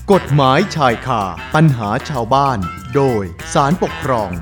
กฎหมายชายคาปัญหาชาวบ้านโดยศาลปกครอง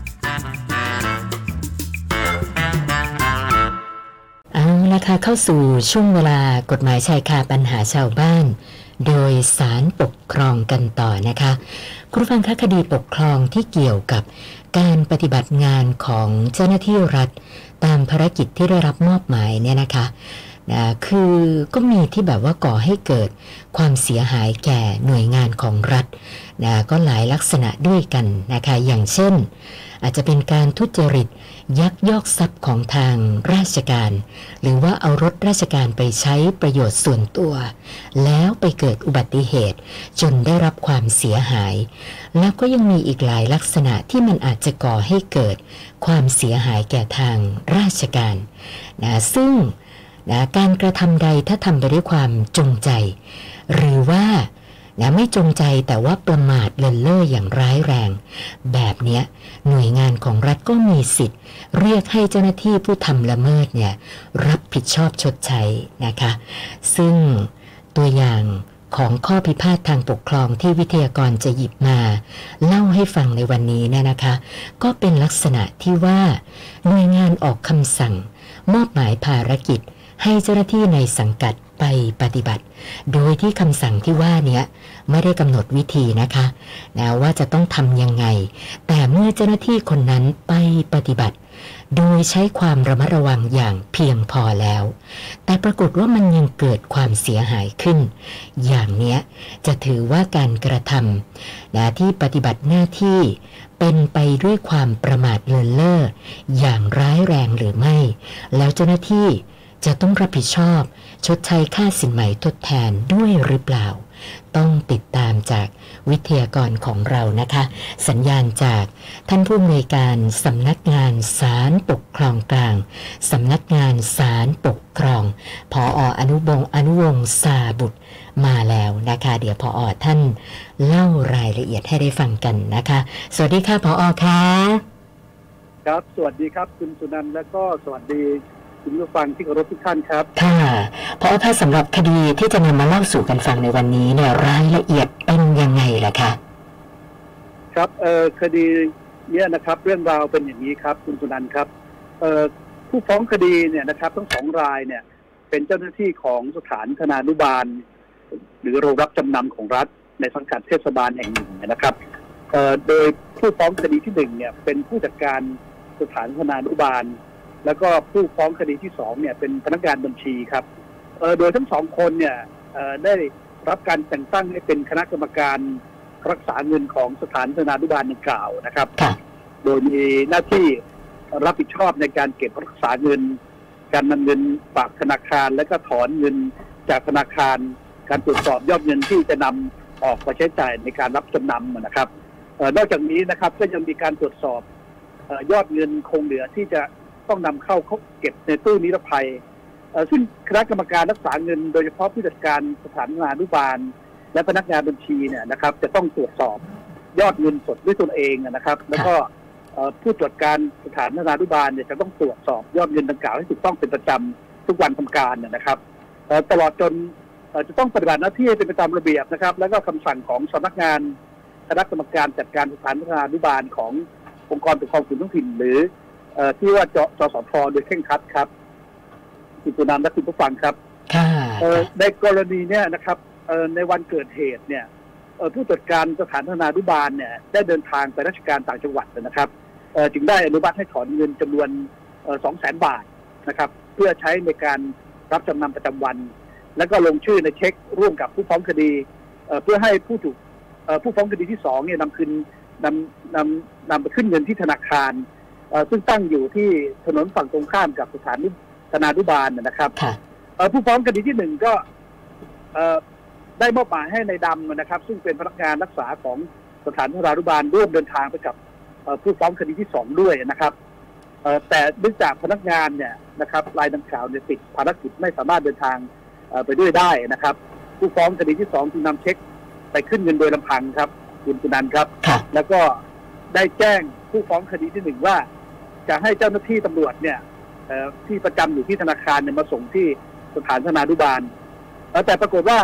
เอาละค่ะเข้าสู่ช่วงเวลากฎหมายชายคาปัญหาชาวบ้านโดยศาลปกครองกันต่อนะคะคุณผู้ฟังคะคดีปกครองที่เกี่ยวกับการปฏิบัติงานของเจ้าหน้าที่รัฐตามภารกิจที่ได้รับมอบหมายเนี่ยนะคะคือก็มีที่แบบว่าก่อให้เกิดความเสียหายแก่หน่วยงานของรัฐก็หลายลักษณะด้วยกันนะคะอย่างเช่นอาจจะเป็นการทุจริตยักยอกทรัพย์ของทางราชการหรือว่าเอารถราชการไปใช้ประโยชน์ส่วนตัวแล้วไปเกิดอุบัติเหตุจนได้รับความเสียหายแล้วก็ยังมีอีกหลายลักษณะที่มันอาจจะก่อให้เกิดความเสียหายแก่ทางราชการซึ่งการกระทำใดถ้าทำไปด้วยความจงใจหรือว่าไม่จงใจแต่ว่าประมาทเลินเล่ออย่างร้ายแรงแบบนี้หน่วยงานของรัฐก็มีสิทธิ์เรียกให้เจ้าหน้าที่ผู้ทำละเมิดรับผิดชอบชดใช้นะคะซึ่งตัวอย่างของข้อพิพาททางปกครองที่วิทยากรจะหยิบมาเล่าให้ฟังในวันนี้นะคะก็เป็นลักษณะที่ว่าหน่วยงานออกคำสั่งมอบหมายภารกิจให้เจ้าหน้าที่ในสังกัดไปปฏิบัติโดยที่คำสั่งที่ว่านี้ไม่ได้กำหนดวิธีนะคะว่าจะต้องทำยังไงแต่เมื่อเจ้าหน้าที่คนนั้นไปปฏิบัติโดยใช้ความระมัดระวังอย่างเพียงพอแล้วแต่ปรากฏว่ามันยังเกิดความเสียหายขึ้นอย่างนี้จะถือว่าการกระทำที่ปฏิบัติหน้าที่เป็นไปด้วยความประมาทเลินเล่ออย่างร้ายแรงหรือไม่แล้วเจ้าหน้าที่จะต้องรับผิดชอบชดใช้ค่าสินไหมทดแทนด้วยหรือเปล่าต้องติดตามจากวิทยากรของเรานะคะสัญญาณจากท่านผู้อำนวยการสำนักงานศาลปกครองกลางสำนักงานศาลปกครองผอ.อนุวงศ์สาบุตรมาแล้วนะคะเดี๋ยวผอ.ท่านเล่ารายละเอียดให้ได้ฟังกันนะคะสวัสดีค่ะผอ.ค่ะครับสวัสดีครับคุณสุนันท์และก็สวัสดีคุณผู้ฟังที่เคารพทุกท่านครับค่ะเพราะถ้าสำหรับคดีที่จะนำมาเล่าสู่กันฟังในวันนี้รายละเอียดเป็นยังไงล่ะคะครับคดีนี้นะครับเรื่องราวเป็นอย่างนี้ครับคุณสุนันท์ครับผู้ฟ้องคดีนะครับทั้งสองรายเป็นเจ้าหน้าที่ของสถานธนานุบาลหรือโรงรับจำนำของรัฐในสังกัดเทศบาลแห่งหนึ่งนะครับโดยผู้ฟ้องคดีที่หนึ่งเป็นผู้จัดการสถานธนานุบาลแล้วก็ผู้ฟ้องคดีที่สองเป็นพนักงานบัญชีครับโดยทั้งสองคนได้รับการแต่งตั้งให้เป็นคณะกรรมการรักษาเงินของสถานธนานุบาลดังกล่าวนะครับโดยมีหน้าที่รับผิดชอบในการเก็บรักษาเงินการนำเงินฝากธนาคารและก็ถอนเงินจากธนาคารการตรวจสอบยอดเงินที่จะนำออกมาใช้จ่ายในการรับจำนำนะครับนอกจากนี้นะครับก็ยังมีการตรวจสอบยอดเงินคงเหลือที่จะต้องนำเข้าเก็บในตู้นิรภัยซึ่งคณะกรรมการรักษาเงินโดยเฉพาะผู้จัดการสถานธนานุบาลและพนักงานบัญชีนะครับจะต้องตรวจสอบยอดเงินสดด้วยตนเองนะครับแล้วก็ผู้ตรวจการสถานธนานุบาลจะต้องตรวจสอบยอดเงินดังกล่าวให้ถูกต้องเป็นประจำทุกวันทำการนะครับตลอดจนจะต้องปฏิบัติหน้าที่เป็นไปตามระเบียบนะครับแล้วก็คำสั่งของสำนักงานคณะกรรมการจัดการสถานธนานุบาลขององค์กรปกครองส่วนท้องถิ่นหรือที่ว่าจสท.โดยเคร่งครัดครับคุณสุนันท์และคุณผู้ฟังครับในกรณีนี้นะครับในวันเกิดเหตุผู้ตรวจการสถานธนานุบาลได้เดินทางไปราชการต่างจังหวัดนะครับจึงได้อนุมัติให้ถอนเงินจำนวน 200,000 บาทนะครับเพื่อใช้ในการรับจำนำประจำวันและก็ลงชื่อในเช็คร่วมกับผู้ฟ้องคดีเพื่อให้ผู้ฟ้องคดีที่2นำไปขึ้นเงินที่ธนาคารซึ่งตั้งอยู่ที่ถนนฝั่งตรงข้ามกับสถานธนานุบาลนะครับผู้ฟ้องคดีที่1ก็ได้มอบหมายให้ในดำนะครับซึ่งเป็นพนักงานรักษาของสถานธนานุบาลร่วมเดินทางไปกับผู้ฟ้องคดีที่2ด้วยนะครับแต่เนื่องจากพนักงานนะครับรายดังกล่าวติดภารกิจไม่สามารถเดินทางไปด้วยได้นะครับผู้ฟ้องคดีที่2จึงนำเช็คไปขึ้นเงินโดยลำพังครับคุณสุนันท์ครับแล้วก็ได้แจ้งผู้ฟ้องคดีที่1ว่าจะให้เจ้าหน้าที่ตำรวจที่ประจำอยู่ที่ธนาคารมาส่งที่สถานธนานุบาลแต่ปรากฏว่า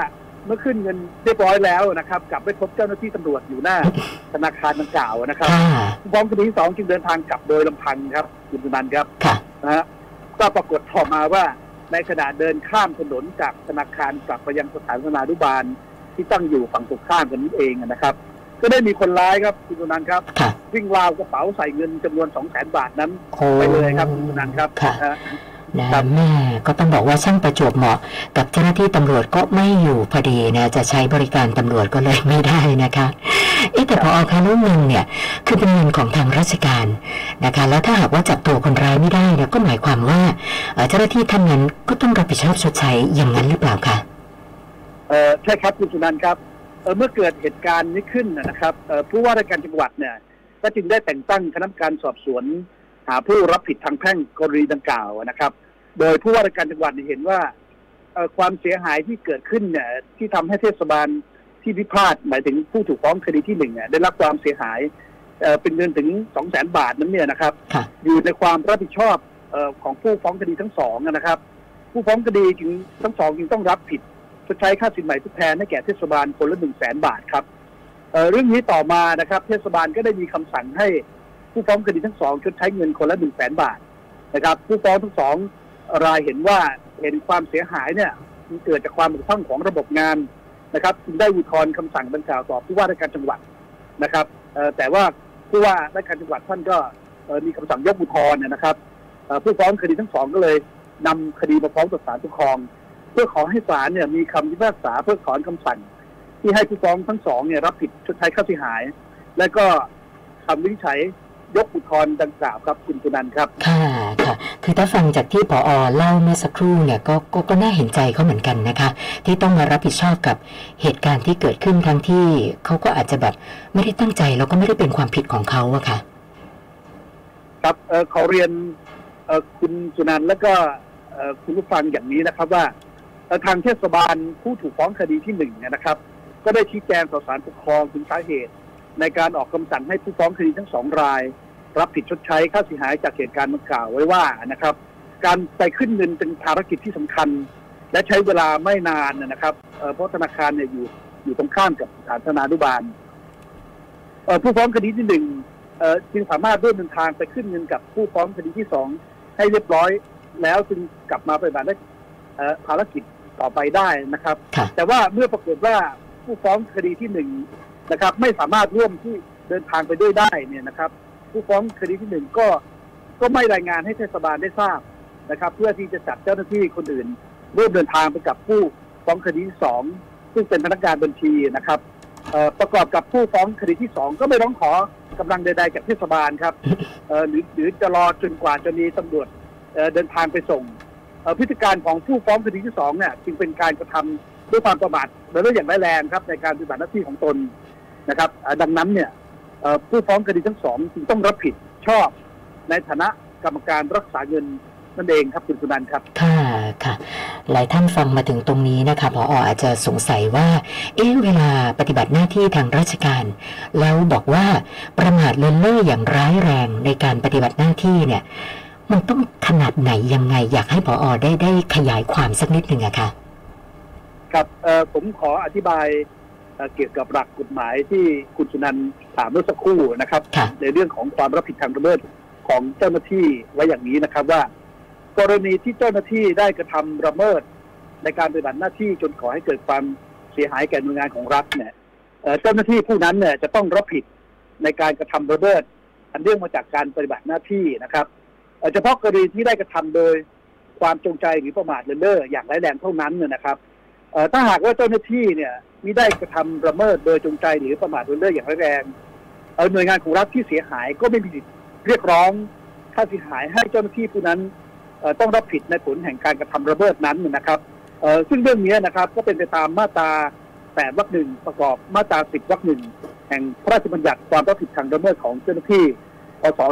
เมื่อขึ้นเงินเรียบร้อยแล้วนะครับกลับไปพบเจ้าหน้าที่ตำรวจอยู่หน้าธนาคารดังกล่าวนะครับผู้ฟ้องคดีที่2จึงเดินทางกลับโดยลำพังครับคุณสุนันท์ครับนะฮะก็ปรากฏต่อมาว่าในขณะเดินข้ามถนนจากธนาคารกลับไปยังสถานธนานุบาลที่ตั้งอยู่ฝั่งตรงข้ามกันนี้เองนะครับก็ได้มีคนร้ายครับคุณสุนันท์ครับวิ่งราวกระเป๋าใส่เงินจำนวน 200,000 บาทนั้นไปเลยครับคุณสุนันท์ครับนะแม่ก็ต้องบอกว่าช่างประจวบเหมาะกับเจ้าหน้าที่ตำรวจก็ไม่อยู่พอดีนะจะใช้บริการตำรวจก็เลยไม่ได้นะคะแต่พอคะแล้วเงินเนี่ยคือเป็นเงินของทางราชการนะคะแล้วถ้าหากว่าจับตัวคนร้ายไม่ได้เนี่ยก็หมายความว่าเจ้าหน้าที่ท่านนั้นก็ต้องรับผิดชอบชดใช้อย่างนั้นหรือเปล่าคะใช่ครับคุณสุนันท์ครับเมื่อเกิดเหตุการณ์นี้ขึ้นนะครับผู้ว่าราชการจังหวัดเนี่ยก็จึงได้แต่งตั้งคณะกรรมการสอบสวนหาผู้รับผิดทางแพ่งกรณีดังกล่าวนะครับโดยผู้ว่าราชการจังหวัดเห็นว่าความเสียหายที่เกิดขึ้นเนี่ยที่ทำให้เทศบาลที่พิพาทหมายถึงผู้ถูกฟ้องคดีที่1เนี่ยได้รับความเสียหายเป็นเงินถึง 200,000 บาทนั้นเนี่ยนะครับอยู่ในความรับผิดชอบของผู้ฟ้องคดีทั้ง2นะครับผู้ฟ้องคดีจึงทั้ง2จึงต้องรับผิดชดใช้ค่าสินไหมทดแทนให้แก่เทศบาลคนละ 100,000 บาทครับเรื่องนี้ต่อมานะครับเทศบาลก็ได้มีคำสั่งให้ผู้ฟ้องคดีทั้ง2ชดใช้เงินคนละ 100,000 บาทนะครับผู้ฟ้องทั้ง2รายเห็นความเสียหายเนี่ยมันเกิดจากความบกพร่องของระบบงานนะครับจึงได้อุทธรณ์คำสั่งดังกล่าวต่อผู้ว่าราชการจังหวัดนะครับแต่ว่าผู้ว่าราชการจังหวัดท่านก็มีคำสั่งยกอุทธรณ์นะครับผู้ฟ้องคดีทั้ง2ก็เลยนำคดีมาฟ้องต่อศาลปกครองเพื่อขอให้ศาลเนี่ยมีคำพิพากษาเพิกถอนคำสั่งที่ให้ผู้ฟ้องทั้ง2เนี่ยรับผิดชดใช้ค่าเสียหายและก็คำวินิจฉัยยกอุทธรณ์ดังกล่าวครับคุณสุนันท์ครับค่ะคือถ้าฟังจากที่ผอ.เล่าเมื่อสักครู่เนี่ยก็น่าเห็นใจเขาเหมือนกันนะคะที่ต้องมารับผิดชอบกับเหตุการณ์ที่เกิดขึ้นทั้งที่เขาก็อาจจะแบบไม่ได้ตั้งใจแล้วก็ไม่ได้เป็นความผิดของเขาอะค่ะครับขอเรียนคุณสุนันท์และก็คุณผู้ฟังอย่างนี้นะครับว่าทางเทศบาลผู้ถูกฟ้องคดีที่1เนี่ยนะครับก็ได้ชี้แจงต่อศาลปกครองถึงสาเหตุในการออกคำสั่งให้ผู้ฟ้องคดีทั้ง2รายรับผิดชดใช้ค่าเสียหายจากเหตุการณ์ดังกล่าวไว้ว่านะครับการไปขึ้นเงินเป็นภารกิจที่สำคัญและใช้เวลาไม่นานนะครับเพราะธนาคารเนี่ยอยู่ตรงข้ามกับสถานธนานุบาลผู้ฟ้องคดีที่1จึงสามารถร่วมเดินทางไปขึ้นเงินกับผู้ฟ้องคดีที่2ให้เรียบร้อยแล้วจึงกลับมาปฏิบัติได้ภารกิจต่อไปได้นะครับแต่ว่าเมื่อปรากฏว่าผู้ฟ้องคดีที่1นะครับไม่สามารถร่วมที่เดินทางไปด้วยได้เนี่ยนะครับผู้ฟ้องคดีที่1ก็ไม่รายงานให้เทศบาลได้ทราบนะครับเพื่อที่จะจัดเจ้าหน้าที่คนอื่นร่วมเดินทางไปกับผู้ฟ้องคดีที่2ซึ่งเป็นพนักงานบัญชีนะครับประกอบกับผู้ฟ้องคดีที่2ก็ไม่ร้องขอกำลังใดๆจากเทศบาลครับหรือจะรอจนกว่าจะมีตำรวจเดินทางไปส่งพฤติการของผู้ฟ้องคดีที่2เนี่ยจึงเป็นการกระทำด้วยความประมาทโดยอย่างร้ายแรงครับในการปฏิบัติหน้าที่ของตนนะครับดังนั้นเนี่ยผู้ฟ้องคดีทั้ง2จึงต้องรับผิดชอบในฐานะกรรมการรักษาเงินนั่นเองครับคุณสุนันท์ครับค่ะหลายท่านฟังมาถึงตรงนี้นะคะผอ.อาจจะสงสัยว่าเวลาปฏิบัติหน้าที่ทางราชการแล้วบอกว่าประมาทเลินเล่ออย่างร้ายแรงในการปฏิบัติหน้าที่เนี่ยมันต้องขนาดไหนยังไงอยากให้ผอ.ได้ขยายความสักนิดหนึ่งอะค่ะครับผมขออธิบายเกี่ยวกับหลักกฎหมายที่คุณสุนันท์ถามเมื่อสักครู่นะครับในเรื่องของความรับผิดทางละเมิดของเจ้าหน้าที่ไว้อย่างนี้นะครับว่ากรณีที่เจ้าหน้าที่ได้กระทำละเมิดในการปฏิบัติหน้าที่จนก่อให้เกิดความเสียหายแก่หน่วยงานของรัฐเนี่ยเจ้าหน้าที่ผู้นั้นเนี่ยจะต้องรับผิดในการกระทำละเมิดอันเนื่องมาจากการปฏิบัติหน้าที่นะครับเฉพาะกรณีที่ได้กระทำโดยความจงใจหรือประมาทเลินเล่ออย่างร้ายแรงเท่านั้นเนี่ยนะครับถ้าหากว่าเจ้าหน้าที่เนี่ยมิได้กระทำละเมิดโดยจงใจหรือประมาทเลินเล่ออย่างร้ายแรงหน่วยงานของรัฐที่เสียหายก็ไม่มีสิทธิ์เรียกร้องค่าเสียหายให้เจ้าหน้าที่ผู้นั้นต้องรับผิดในผลแห่งการกระทำละเมิดนั้นนะครับซึ่งเรื่องนี้นะครับก็เป็นไปตามมาตรา8 วรรค 1ประกอบมาตรา10 วรรค 1แห่งพระราชบัญญัติความรับผิดทางละเมิดของเจ้าหน้าที่พ.ศ.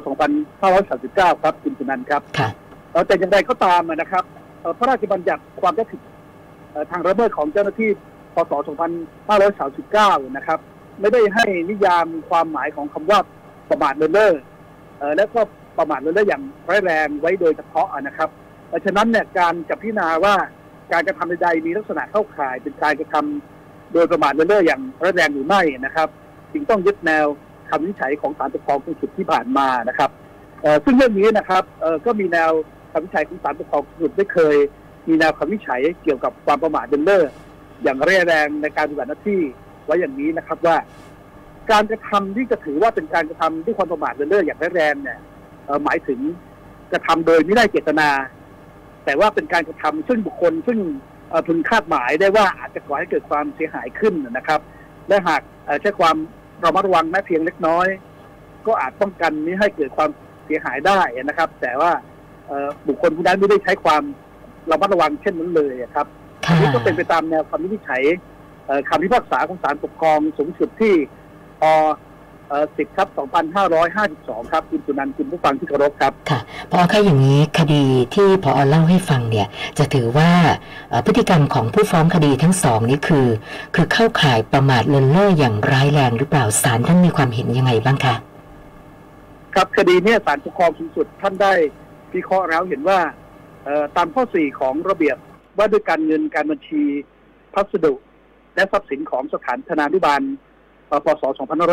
2539ครับคุณสุนันท์ครับแต่อย่างไรก็ตามนะครับพระราชบัญญัติความรับผิดทางละเมิดของเจ้าหน้าที่พ.ศ. 2539นะครับไม่ได้ให้นิยามความหมายของคำว่าประมาทเลินเล่อและก็ประมาทเลินเล่ออย่างร้ายแรงไว้โดยเฉพาะนะครับฉะนั้นเนี่ยการจะพิจารณาว่าการกระทำใดๆมีลักษณะเข้าข่ายเป็นการกระทำโดยประมาทเลินเล่ออย่างร้ายแรงหรือไม่นะครับจึงต้องยึดแนวคำวินิจฉัยของศาลปกครองสูงสุดที่ผ่านมานะครับซึ่งเรื่องนี้นะครับก็มีแนวคำวินิจฉัยของศาลปกครองสูงสุดได้เคยมีแนวคำวินิจฉัยเกี่ยวกับความประมาทเลินเล่ออย่างร้ายแรงในการปฏิบัติหน้าที่ไว้อย่างนี้นะครับว่าการกระทำที่จะถือว่าเป็นการกระทำด้วยความประมาทเลินเล่ออย่างร้ายแรงเนี่ยหมายถึงกระทำโดยไม่ได้เจตนาแต่ว่าเป็นการกระทำซึ่งบุคคลซึ่งพึงคาดหมายได้ว่าอาจจะก่อให้เกิดความเสียหายขึ้นนะครับและหากใช้ความระมัดระวังแม้เพียงเล็กน้อยก็อาจป้องกันไม่ให้เกิดความเสียหายได้นะครับแต่ว่าบุคคลผู้นั้นไม่ได้ใช้ความระมัดระวังเช่นนั้นเลยครับนี่ก็เป็นไปตามแนวคำวินิจฉัยคำพิพากษาของศาลปกครองสูงสุดที่10/2552ครับคุณสุนันท์คุณผู้ฟังที่เคารพครับค่ะพอแค่อย่างนี้คดีที่พอเล่าให้ฟังเนี่ยจะถือว่าพฤติกรรมของผู้ฟ้องคดีทั้งสองนี้คือเข้าข่ายประมาทเลินเล่ออย่างร้ายแรงหรือเปล่าศาลท่านมีความเห็นยังไงบ้างคะครับคดีนี้ศาลปกครองสูงสุดท่านได้วิเคราะห์แล้วเห็นว่าตามข้อ4ของระเบียบว่าด้วยการเงินการบัญชีพัสดุและทรัพย์สินของสถานธนานุบาลพ.ศ.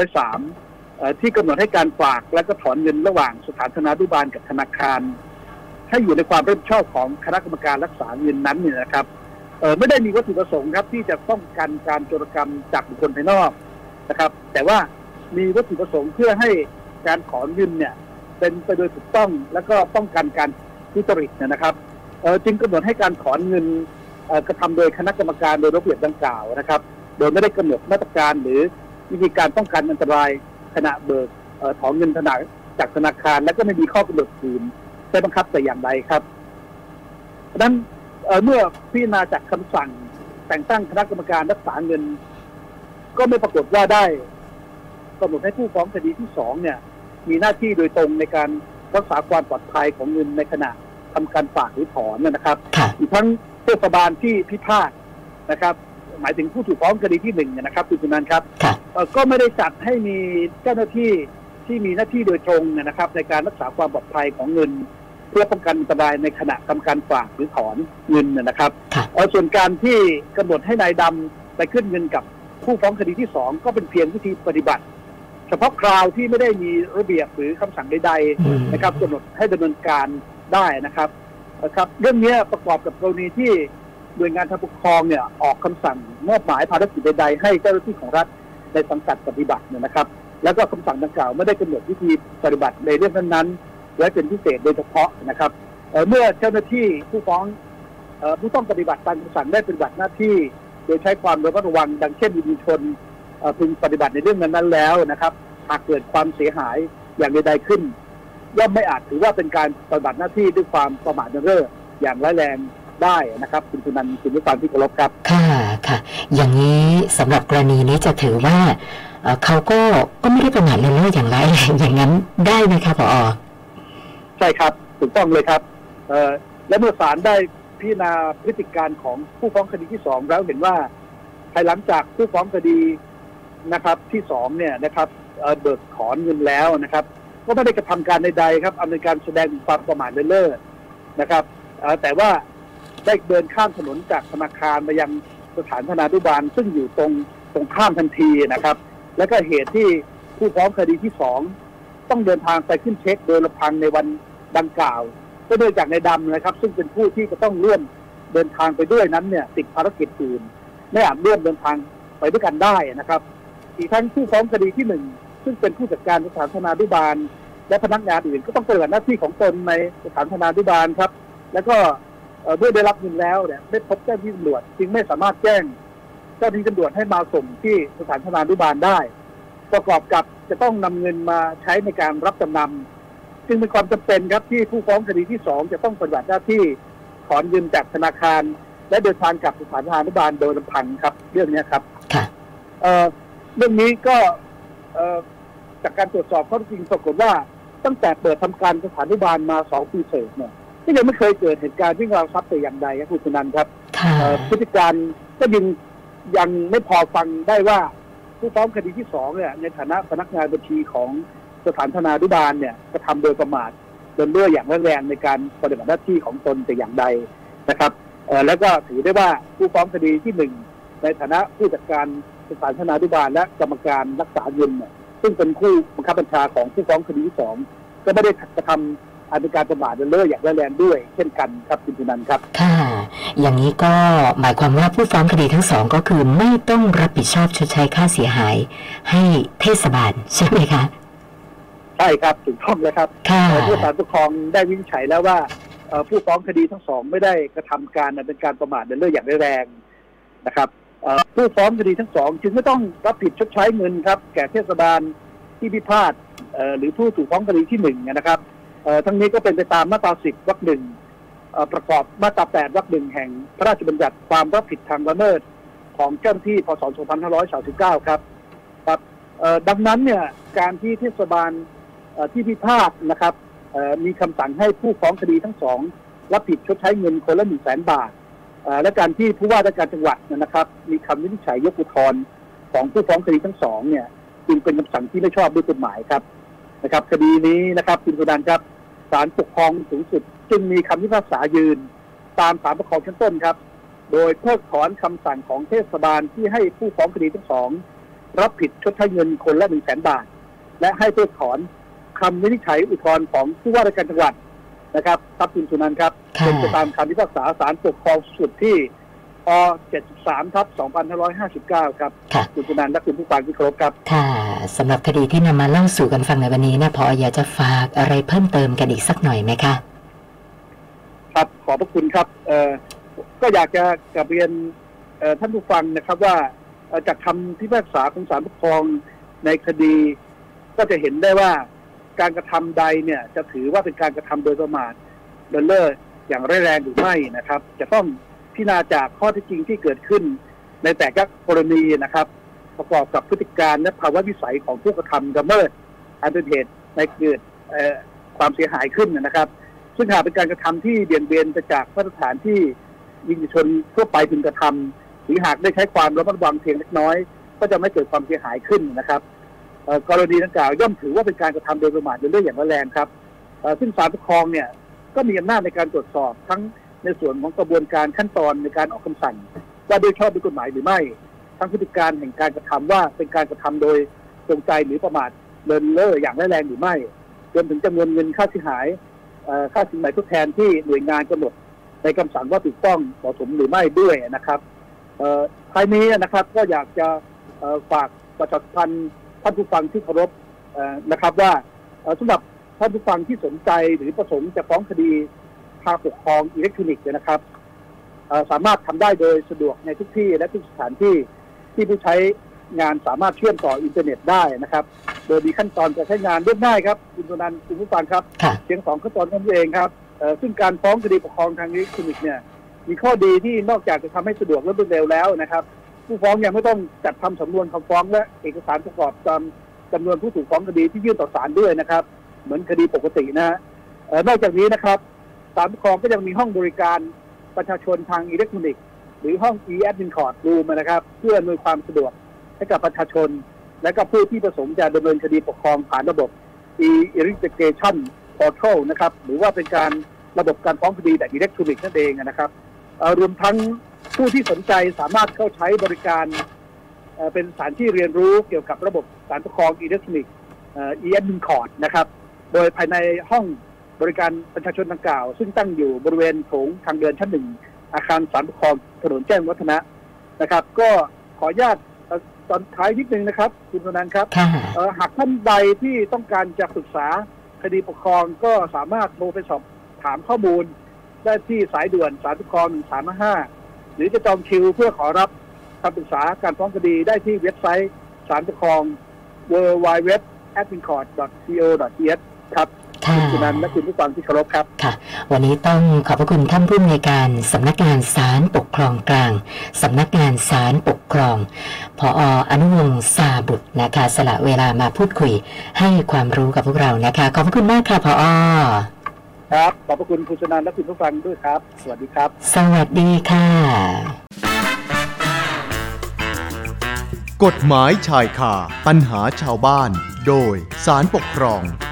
2503ที่กำหนดให้การฝากและก็ถอนเงินระหว่างสถานธนานุบาลกับธนาคารให้อยู่ในความรับผิดชอบของคณะกรรมการรักษาเงินนั้นเนี่ยนะครับไม่ได้มีวัตถุประสงค์ครับที่จะป้องกันการโจรกรรมจากบุคคลภายนอกนะครับแต่ว่ามีวัตถุประสงค์เพื่อให้การถอนเงินเนี่ยเป็นไปโดยถูกต้องและก็ป้องกันการทุจริตนะครับจึงกำหนดให้การถอนเงินกระทำโดยคณะกรรมการโดยระเบียบดังกล่าวนะครับโดยไม่ได้กำหนดมาตรการหรือวิธีการป้องกันอันตรายขณะเบิกถอนเงินจากธนาคารและก็ไม่มีข้อกำหนดอื่นใช้บังคับแต่อย่างใดครับดังนั้นเมื่อพิจารณาจากคำสั่งแต่งตั้งคณะกรรมการรักษาเงินก็ไม่ปรากฏว่าได้กำหนดให้ผู้ฟ้องคดีที่2เนี่ยมีหน้าที่โดยตรงในการรักษาความปลอดภัยของเงินในขณะทำการฝากหรือถอนนะครับอีกทั้งเทศบาลที่พิพาทนะครับหมายถึงผู้ถูกฟ้องคดีที่1นะครับคุณสุนันท์ครับก็ไม่ได้จัดให้มีเจ้าหน้าที่ที่มีหน้าที่โดยตรงนะครับในการรักษาความปลอดภัยของเงินเพื่อป้องกันอันตรายในขณะทำการฝากหรือถอนเงินนะครับส่วนการที่กำหนดให้นายดำไปขึ้นเงินกับผู้ฟ้องคดีที่2ก็เป็นเพียงวิธีปฏิบัติเฉพาะคราวที่ไม่ได้มีระเบียบหรือคำสั่งใดๆนะครับกำหนดให้ดำเนินการได้นะครับเรื่องนี้ประกอบกับกรณีที่หน่วยงานทางปกครองเนี่ยออกคำสั่งมอบหมายภารกิจใดๆให้เจ้าหน้าที่ของรัฐในสังกัดปฏิบัติเนี่ยนะครับแล้วก็คำสั่งดังกล่าวไม่ได้กำหนดวิธีปฏิบัติในเรื่องนั้นๆและเป็นพิเศษโดยเฉพาะนะครับเมื่อเจ้าหน้าที่ผู้ฟ้องผู้ต้องปฏิบัติตามคำสั่งได้ปฏิบัติหน้าที่โดยใช้ความระมัดระวังดังเช่นมีชนพึงปฏิบัติในเรื่องนั้นๆแล้วนะครับหากเกิดความเสียหายอย่างใดๆขึ้นย่อมไม่อาจถือว่าเป็นการปฏิบัติหน้าที่ด้วยความประมาทเลินเล่ออย่างร้ายแรงได้นะครับคุณสุนันท์คุณผู้ฟังที่เคารพครับค่ะอย่างนี้สำหรับกรณีนี้จะถือว่าเขาก็ไม่ได้ประมาทเลินเล่ออย่างร้ายแรงอย่างนั้นได้ไหมครับผอ. ใช่ครับถูกต้องเลยครับและเมื่อศาลได้พิจารณาพฤติการของผู้ฟ้องคดีที่2แล้วเห็นว่าภายหลังจากผู้ฟ้องคดีนะครับที่2เนี่ยนะครับเบิกถอนเงินแล้วนะครับก็ไม่ได้กระทำการใดๆครับอำนวยการแสดงความประมาทเลินเล่อนะครับแต่ว่าได้เดินข้ามถนนจากธนาคารมายังสถานธนานุบาลซึ่งอยู่ตรงข้ามทันทีนะครับและก็เหตุที่ผู้ฟ้องคดีที่2ต้องเดินทางไปขึ้นเช็คโดยลำพังในวันดังกล่าวก็โดยจากนายดำนะครับซึ่งเป็นผู้ที่จะต้องร่วมเดินทางไปด้วยนั้นเนี่ยติดภารกิจอื่นไม่อาจร่วมเดินทางไปด้วยกันได้นะครับอีกทั้งผู้ฟ้องคดีที่1ซึ่งเป็นผู้จัดการสถานธนานุบาลและพนักงานอื่นก็ต้องปฏิบัติหน้าที่ของตนในสถานธนานุบาลครับแล้วก็เมื่อได้รับเงินแล้วเนี่ยไม่พบเจ้าหน้าที่ตำรวจจึงไม่สามารถแจ้งเจ้าหน้าที่ตำรวจให้มาส่งที่สถานธนานุบาลได้ประกอบกับจะต้องนำเงินมาใช้ในการรับจำนำจึงเป็นความจำเป็นครับที่ผู้ฟ้องคดีที่2จะต้องปฏิบัติหน้าที่ถอนเงินจากธนาคารและเดินทางกลับสถานธนานุบาลโดยลำพังครับเรื่องนี้ครับเรื่องนี้ก็จากการตรวจสอบข้อเท็จจริงปรากฏว่าตั้งแต่เปิดทำการสถานนุบาลมา2 ปีเศษเนี่ยที่ยังไม่เคยเกิดเหตุการณ์วิ่งราวทรัพย์แต่อย่างใดครับคุณสุนันท์ครับพฤติการก็ยังไม่พอฟังได้ว่าผู้ฟ้องคดีที่2เนี่ยในฐานะพนักงานบัญชีของสถานธนานุบาลเนี่ยกระทำโดยประมาทเลินเล่ออย่างแรงในการปฏิบัติหน้าที่ของตนแต่อย่างใดนะครับแล้วก็ถือได้ว่าผู้ฟ้องคดีที่1 ในฐานะผู้จัดการสถานธนานุบาลและกรรมการรักษาเงินซึ่งเป็นผู้บังคับบัญชาของผู้ฟ้องคดีที่2ก็ไม่ได้กระทำอาชญากรรมประมาทเลินเล่ออย่างร้ายแรงด้วยเช่นกันครับคุณสุนันท์ครับค่ะอย่างนี้ก็หมายความว่าผู้ฟ้องคดีทั้งสองก็คือไม่ต้องรับผิดชอบชดใช้ค่าเสียหายให้เทศบาลใช่ไหมคะใช่ครับถูกต้องเลยครับผู้ศาลปกครองได้วินิจฉัยแล้วว่าผู้ฟ้องคดีทั้งสองไม่ได้กระทำการเป็นการประมาทเลินเล่ออย่างร้ายแรงนะครับผู้ฟ้องคดีทั้งสองจึงไม่ต้องรับผิดชดใช้เงินครับแก่เทศบาลที่พิพาทหรือผู้ถูกฟ้องคดีที่1นะครับทั้งนี้ก็เป็นไปตามมาตรา10 วรรค 1ประกอบมาตรา8 วรรค 1แห่งพระราชบัญญัติความรับผิดทางละเมิดของเจ้าหน้าที่พ.ศ. 2539ครับดังนั้นเนี่ยการที่เทศบาลที่พิพาทนะครับมีคำสั่งให้ผู้ฟ้องคดีทั้งสองรับผิดชดใช้เงินคนละ 100,000 บาทและการที่ผู้ว่าราชการจังหวัดนะครับมีคำวินิจฉัยยกอุทธรณ์ของผู้ฟ้องคดีทั้งสองเนี่ยจึงเป็นคำสั่งที่ไม่ชอบด้วยกฎหมายครับนะครับคดีนี้นะครับคุณสุนันท์ครับศาลปกครองสูงสุดจึงมีคำพิพากษายืนตามศาลปกครองชั้นต้นครับโดยเพิกถอนคำสั่งของเทศบาลที่ให้ผู้ฟ้องคดีทั้งสองรับผิดชดใช้เงินคนละ 100,000 บาทและให้เพิกถอนคำวินิจฉัยอุทธรณ์ของผู้ว่าราชการจังหวัดนะครับครับคุณสุนันท์ครับเป็นไปตามคำพิพากษาศาลปกครองสุดที่ป. 73/2559ครับคุณสุนันท์และคุณผู้ฟังที่เคารพครับค่ะสำหรับคดีที่นำมาเล่าสู่กันฟังในวันนี้นะพออยากจะฝากอะไรเพิ่มเติมกันอีกสักหน่อยไหมคะครับขอบพระคุณครับก็อยากจะกราบเรียนท่านผู้ฟังนะครับว่าจากคำพิพากษาของศาลปกครองในคดีก็จะเห็นได้ว่าการกระทำใดเนี่ยจะถือว่าเป็นการกระทำโดยประมาทเลินเล่ออย่างร้ายแรงหรือไม่นะครับจะต้องพิจารณาจากข้อเท็จจริงที่เกิดขึ้นในแต่ละกรณีนะครับประกอบกับพฤติการและภาวะวิสัยของผู้กระทำละเมิดอันเป็นเหตุในเกิดความเสียหายขึ้นนะครับซึ่งหากเป็นการกระทำที่เบี่ยงเบนไปจากมาตรฐานที่ยิงชนทั่วไปพึงกระทำหรือหากได้ใช้ความระมัดระวังเพียงเล็กน้อยก็จะไม่เกิดความเสียหายขึ้นนะครับกรณีดังกล่าวย่อมถือว่าเป็นการกระทำโดยประมาทเลินเล่ออย่างร้ายแรงครับซึ่งศาลปกครองเนี่ยก็มีอำนาจในการตรวจสอบทั้งในส่วนของกระบวนการขั้นตอนในการออกคำสั่งว่าโดยชอบด้วยกฎหมายหรือไม่ทั้งพฤติการแห่งการกระทำว่าเป็นการกระทำโดยจงใจหรือประมาทเลินเล่ออย่างร้ายแรงหรือไม่รวมถึงจำนวนเงินค่าเสียหายค่าสินไหมทดแทนที่หน่วยงานกำหนดในคำสั่งว่าถูกต้องเหมาะสมหรือไม่ด้วยนะครับท้ายนี้นะครับก็อยากจะฝากประชาสัมพันธ์ท่านผู้ฟังที่เคารพนะครับว่าสำหรับท่านผู้ฟังที่สนใจหรือประสงค์จะฟ้องคดีทางปกครองอิเล็กทรอนิกส์นะครับสามารถทำได้โดยสะดวกในทุกที่และทุกสถานที่ที่ผู้ใช้งานสามารถเชื่อมต่ออินเทอร์เน็ตได้นะครับโดยมีขั้นตอนการใช้งานเรียบง่ายครับคุณสุนันท์คุณผู้ฟังครับเพียง2ขั้นตอนนั่นเองครับซึ่งการฟ้องคดีปกครองทางอิเล็กทรอนิกส์เนี่ยมีข้อดีที่นอกจากจะทำให้สะดวกและรวดเร็วแล้วนะครับผู้ฟ้องยังไม่ต้องจัดทำสำนวนคำฟ้องและเอกสารประกอบตามจำนวนผู้ถูกฟ้องคดีที่ยื่นต่อศาลด้วยนะครับเหมือนคดีปกตินะนอกจากนี้นะครับศาลปกครองก็ยังมีห้องบริการประชาชนทางอิเล็กทรอนิกส์หรือห้อง e-admin court room นะครับเพื่ออำนวยความสะดวกให้กับประชาชนและก็ผู้ที่ประสงค์จะดำเนินคดีปกครองผ่านระบบ e-litigation portal นะครับหรือว่าเป็นการระบบการฟ้องคดีแบบอิเล็กทรอนิกส์นั่นเองนะครับรวมทั้งผู้ที่สนใจสามารถเข้าใช้บริการเป็นสถานที่เรียนรู้เกี่ยวกับระบบศาลปกครองอิเล็กทรอนิกส์e-admin court นะครับโดยภายในห้องบริการประชาชนดังกล่าวซึ่งตั้งอยู่บริเวณโถงทางเดินชั้น1อาคารศาลปกครองถนนแจ้งวัฒนะนะครับก็ขออนุญาตตอนท้ายนิดนึงนะครับคุณสุนันท์ครับหากท่านใดที่ต้องการจะปรึกษาคดีปกครองก็สามารถโทรไปสอบถามข้อมูลได้ที่สายด่วนศาลปกครอง1355หรือจะจองคิวเพื่อขอรับคำปรึกษาการฟ้องคดีได้ที่เว็บไซต์ศาลปกครอง www.admincourt.co.th ครับคุณนันและคุณผู้ฟังที่เคารพครับค่ะวันนี้ต้องขอบพระคุณท่านผู้อำนวยการสำนักงานศาลปกครองกลางสำนักงานศาลปกครองผอ.อนุวงศ์ซาบุตรนะคะสละเวลามาพูดคุยให้ความรู้กับพวกเรานะคะขอบพระคุณมากค่ะผอ. ครับขอบพระคุณคุณนันและคุณผู้ฟังด้วยครับสวัสดีครับสวัสดีค่ะกฎหมายชายคาปัญหาชาวบ้านโดยศาลปกครอง